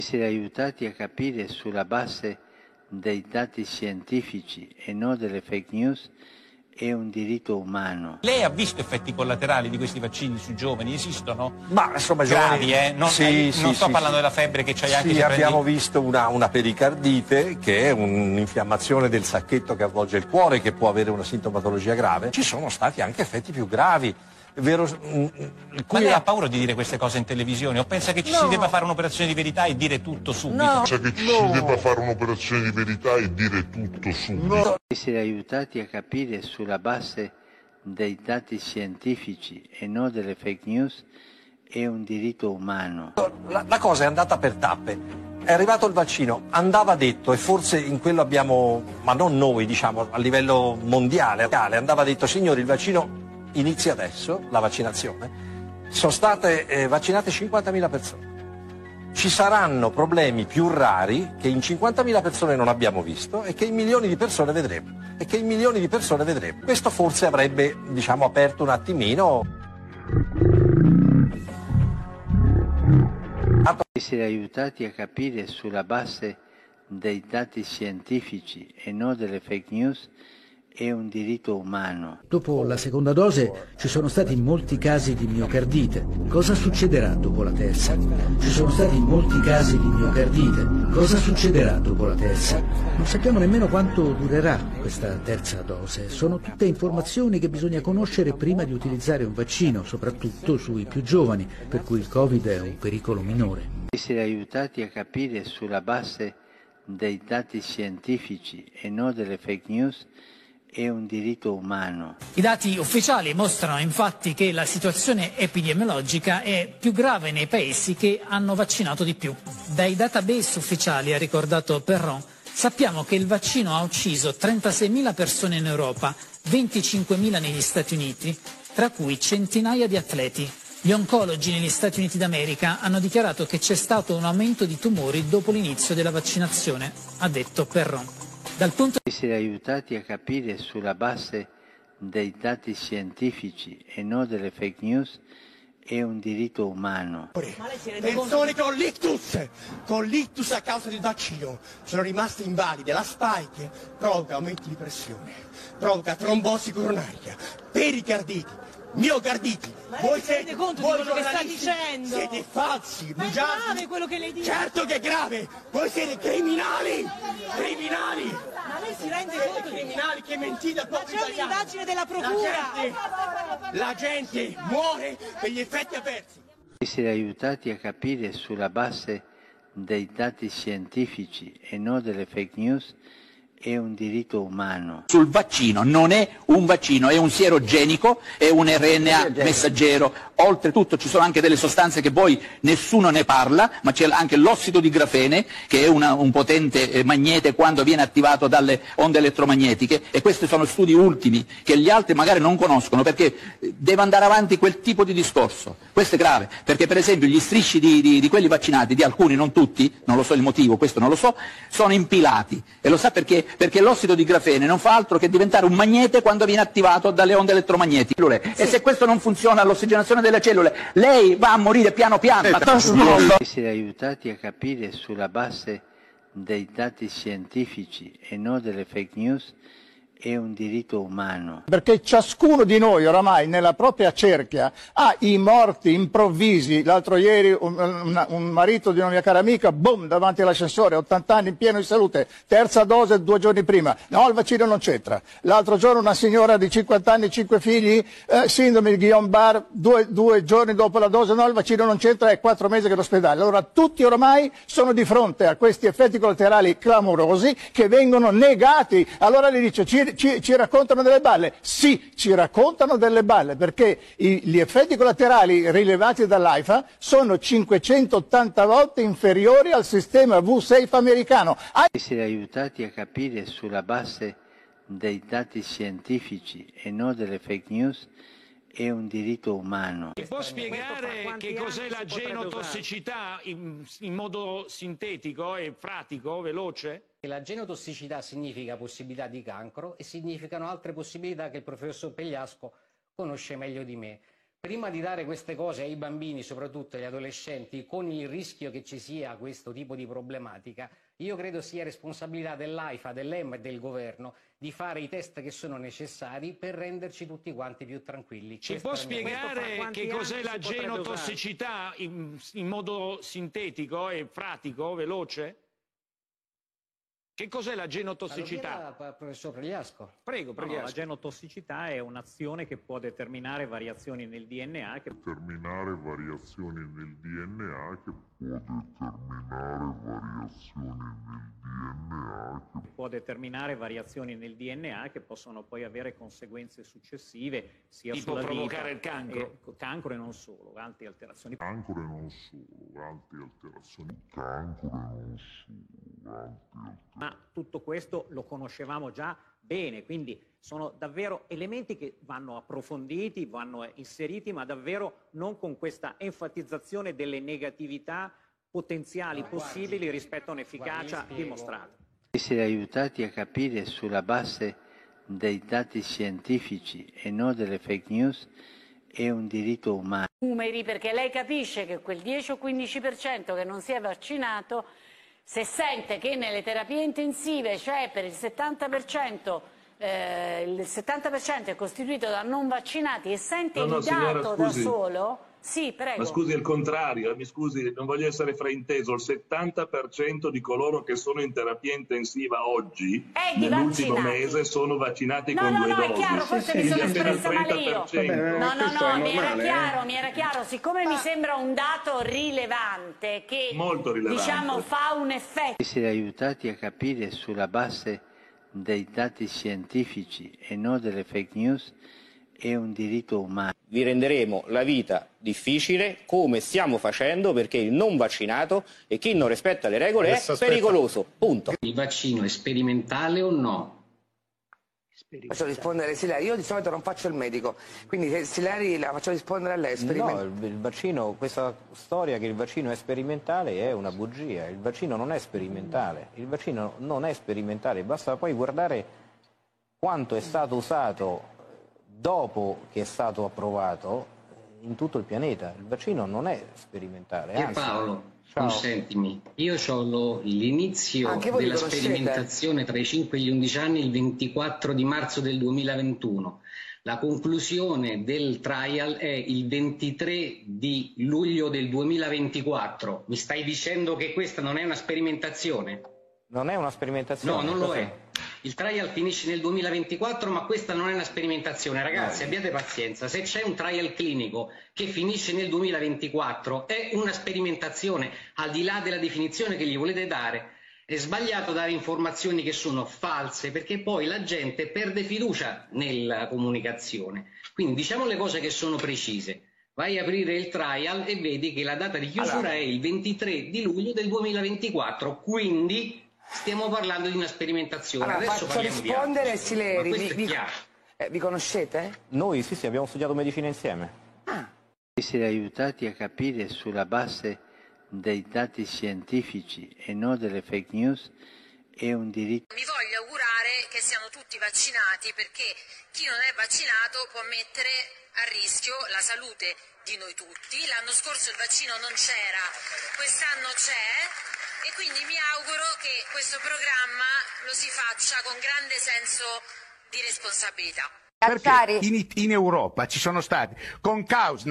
Essere aiutati a capire sulla base dei dati scientifici e non delle fake news è un diritto umano. Lei ha visto effetti collaterali di questi vaccini sui giovani? Esistono? Ma insomma, gravi, non sto parlando della febbre che c'hai anche. Sì, abbiamo visto una pericardite, che è un'infiammazione del sacchetto che avvolge il cuore, che può avere una sintomatologia grave. Ci sono stati anche effetti più gravi. Vero, ma lei ha paura di dire queste cose in televisione o pensa che ci si debba fare un'operazione di verità e dire tutto subito? Pensa che ci si debba fare un'operazione di verità e dire tutto subito? Essere aiutati a capire sulla base dei dati scientifici e non delle fake news è un diritto umano. La cosa è andata per tappe. È arrivato il vaccino, andava detto, e forse in quello abbiamo, ma non noi, diciamo, a livello mondiale, andava detto, signori, il vaccino inizia adesso, la vaccinazione, sono state vaccinate 50.000 persone. Ci saranno problemi più rari che in 50.000 persone non abbiamo visto e che in milioni di persone vedremo. Questo forse avrebbe, diciamo, aperto un attimino. Essere aiutati a capire sulla base dei dati scientifici e non delle fake news è un diritto umano. Dopo la seconda dose ci sono stati molti casi di miocardite. Cosa succederà dopo la terza? Ci sono stati molti casi di miocardite. Cosa succederà dopo la terza? Non sappiamo nemmeno quanto durerà questa terza dose. Sono tutte informazioni che bisogna conoscere prima di utilizzare un vaccino, soprattutto sui più giovani, per cui il Covid è un pericolo minore. Essere aiutati a capire sulla base dei dati scientifici e non delle fake news è un diritto umano. I dati ufficiali mostrano infatti che la situazione epidemiologica è più grave nei paesi che hanno vaccinato di più. Dai database ufficiali, ha ricordato Perron, sappiamo che il vaccino ha ucciso 36.000 persone in Europa, 25.000 negli Stati Uniti, tra cui centinaia di atleti. Gli oncologi negli Stati Uniti d'America hanno dichiarato che c'è stato un aumento di tumori dopo l'inizio della vaccinazione, ha detto Perron. Essere aiutati a capire sulla base dei dati scientifici e non delle fake news è un diritto umano. Persone con l'ictus a causa del vaccino sono rimaste invalide. La spike provoca aumenti di pressione, provoca trombosi coronaria, pericarditi, miocarditi. Ma voi siete conto di quello che sta dicendo? Siete falsi, ma bugiardi. è grave quello che lei dice. Certo che è grave, voi siete criminali. Ma lei si rende conto di criminali che mentite al popolo italiano? Ma c'è un'indagine della procura. La gente muore per gli effetti avversi. Essere aiutati a capire sulla base dei dati scientifici e non delle fake news è un diritto umano. Sul vaccino non è un vaccino, è un sierogenico, è un RNA messaggero. Oltretutto ci sono anche delle sostanze che poi nessuno ne parla, ma c'è anche l'ossido di grafene, che è un potente magnete quando viene attivato dalle onde elettromagnetiche, e questi sono studi ultimi che gli altri magari non conoscono, perché deve andare avanti quel tipo di discorso. Questo è grave, perché per esempio gli strisci di quelli vaccinati, di alcuni, non tutti, non lo so il motivo, questo non lo so, sono impilati. E lo sa perché? Perché l'ossido di grafene non fa altro che diventare un magnete quando viene attivato dalle onde elettromagnetiche. E se questo non funziona all'ossigenazione delle cellule, lei va a morire piano piano. Essere aiutati a capire sulla base dei dati scientifici e non delle fake news è un diritto umano. Perché ciascuno di noi oramai nella propria cerchia ha i morti improvvisi. L'altro ieri un marito di una mia cara amica, boom, davanti all'ascensore, 80 anni, pieno di salute, terza dose 2 giorni prima, no, il vaccino non c'entra. L'altro giorno una signora di 50 anni, 5 figli, sindrome di Guillain-Barré, 2 giorni dopo la dose, no, il vaccino non c'entra, è 4 mesi che è all'ospedale. Allora tutti oramai sono di fronte a questi effetti collaterali clamorosi che vengono negati. Allora gli dice, ci raccontano delle balle? Sì, ci raccontano delle balle, perché gli effetti collaterali rilevati dall'AIFA sono 580 volte inferiori al sistema V-Safe americano. Essere aiutati a capire sulla base dei dati scientifici e non delle fake news è un diritto umano. Può spiegare che cos'è la genotossicità in modo sintetico e pratico, veloce? La genotossicità significa possibilità di cancro e significano altre possibilità che il professor Pegliasco conosce meglio di me. Prima di dare queste cose ai bambini, soprattutto agli adolescenti, con il rischio che ci sia questo tipo di problematica, io credo sia responsabilità dell'AIFA, dell'EMA e del governo di fare i test che sono necessari per renderci tutti quanti più tranquilli. Ci può spiegare che cos'è la genotossicità in modo sintetico e pratico, veloce? Che cos'è la genotossicità? Professor Pregliasco. Prego, Pregliasco. La genotossicità è un'azione che può determinare variazioni nel DNA che possono poi avere conseguenze successive sia tipo sulla provocare vita, il cancro. cancro e non solo, altre alterazioni. Ma tutto questo lo conoscevamo già bene, quindi sono davvero elementi che vanno approfonditi, vanno inseriti, ma davvero non con questa enfatizzazione delle negatività potenziali possibili rispetto a un'efficacia dimostrata. Essere aiutati a capire sulla base dei dati scientifici e non delle fake news è un diritto umano. Numeri, perché lei capisce che quel 10 o 15% che non si è vaccinato, se sente che nelle terapie intensive, cioè per il 70% è costituito da non vaccinati e sente il dato signora, da solo. Sì, prego. Ma scusi, il contrario, mi scusi, non voglio essere frainteso, il 70% di coloro che sono in terapia intensiva oggi, nell'ultimo mese, sono vaccinati con 2 dosi. È chiaro, forse mi sono espressa male io. Mi era chiaro, siccome mi sembra un dato rilevante che molto rilevante, diciamo fa un effetto. Essere aiutati a capire sulla base dei dati scientifici e non delle fake news è un diritto umano. Vi renderemo la vita difficile, come stiamo facendo, perché il non vaccinato e chi non rispetta le regole è pericoloso. Punto. Il vaccino è sperimentale o no? Faccio rispondere Sileri, io di solito non faccio il medico, quindi se Sileri la faccio rispondere a lei. No, il vaccino, questa storia che il vaccino è sperimentale è una bugia, il vaccino non è sperimentale, basta poi guardare quanto è stato usato dopo che è stato approvato in tutto il pianeta. Il vaccino non è sperimentale. Paolo, consentimi, io ho l'inizio della sperimentazione tra i 5 e gli 11 anni il 24 di marzo del 2021. La conclusione del trial è il 23 di luglio del 2024. Mi stai dicendo che questa non è una sperimentazione? Non è una sperimentazione. No, non lo è. Il trial finisce nel 2024, ma questa non è una sperimentazione. Ragazzi, abbiate pazienza. Se c'è un trial clinico che finisce nel 2024, è una sperimentazione, al di là della definizione che gli volete dare. È sbagliato dare informazioni che sono false, perché poi la gente perde fiducia nella comunicazione. Quindi diciamo le cose che sono precise. Vai a aprire il trial e vedi che la data di chiusura è il 23 di luglio del 2024, quindi stiamo parlando di una sperimentazione. Adesso faccio rispondere Sileri. Ma questo è chiaro. Vi conoscete? Noi sì, abbiamo studiato medicina insieme. Essere aiutati a capire sulla base dei dati scientifici e non delle fake news è un diritto. Mi voglio augurare che siano tutti vaccinati, perché chi non è vaccinato può mettere a rischio la salute di noi tutti. L'anno scorso il vaccino non c'era, quest'anno c'è, e quindi mi auguro che questo programma lo si faccia con grande senso di responsabilità. Perché in Europa ci sono stati, con causa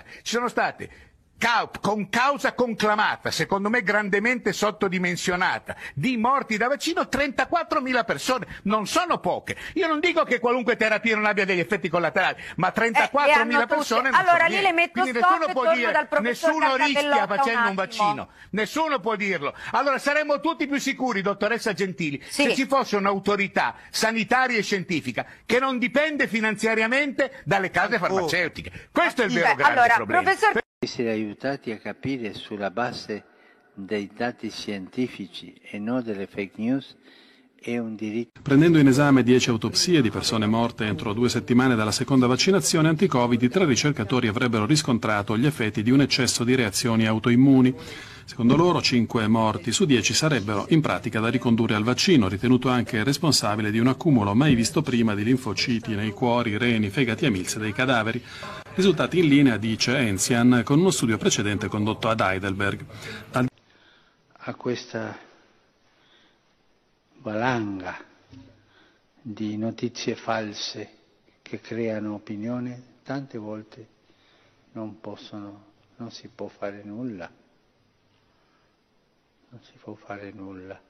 con causa conclamata, secondo me grandemente sottodimensionata, di morti da vaccino 34.000 persone, non sono poche. Io non dico che qualunque terapia non abbia degli effetti collaterali, ma 34.000 persone non allora, sono lì le metto quindi stop nessuno può dire, nessuno rischia facendo un vaccino, nessuno può dirlo. Allora saremmo tutti più sicuri, dottoressa Gentili, se ci fosse un'autorità sanitaria e scientifica che non dipende finanziariamente dalle case farmaceutiche. Questo è il vero grande problema. Essere aiutati a capire sulla base dei dati scientifici e non delle fake news è un diritto. Prendendo in esame 10 autopsie di persone morte entro 2 settimane dalla seconda vaccinazione anti-Covid, i 3 ricercatori avrebbero riscontrato gli effetti di un eccesso di reazioni autoimmuni. Secondo loro 5 morti su 10 sarebbero in pratica da ricondurre al vaccino, ritenuto anche responsabile di un accumulo mai visto prima di linfociti nei cuori, reni, fegati e milze dei cadaveri. risultati in linea, dice Enzian, con uno studio precedente condotto ad Heidelberg. A questa valanga di notizie false che creano opinione, tante volte non si può fare nulla. Non si può fare nulla.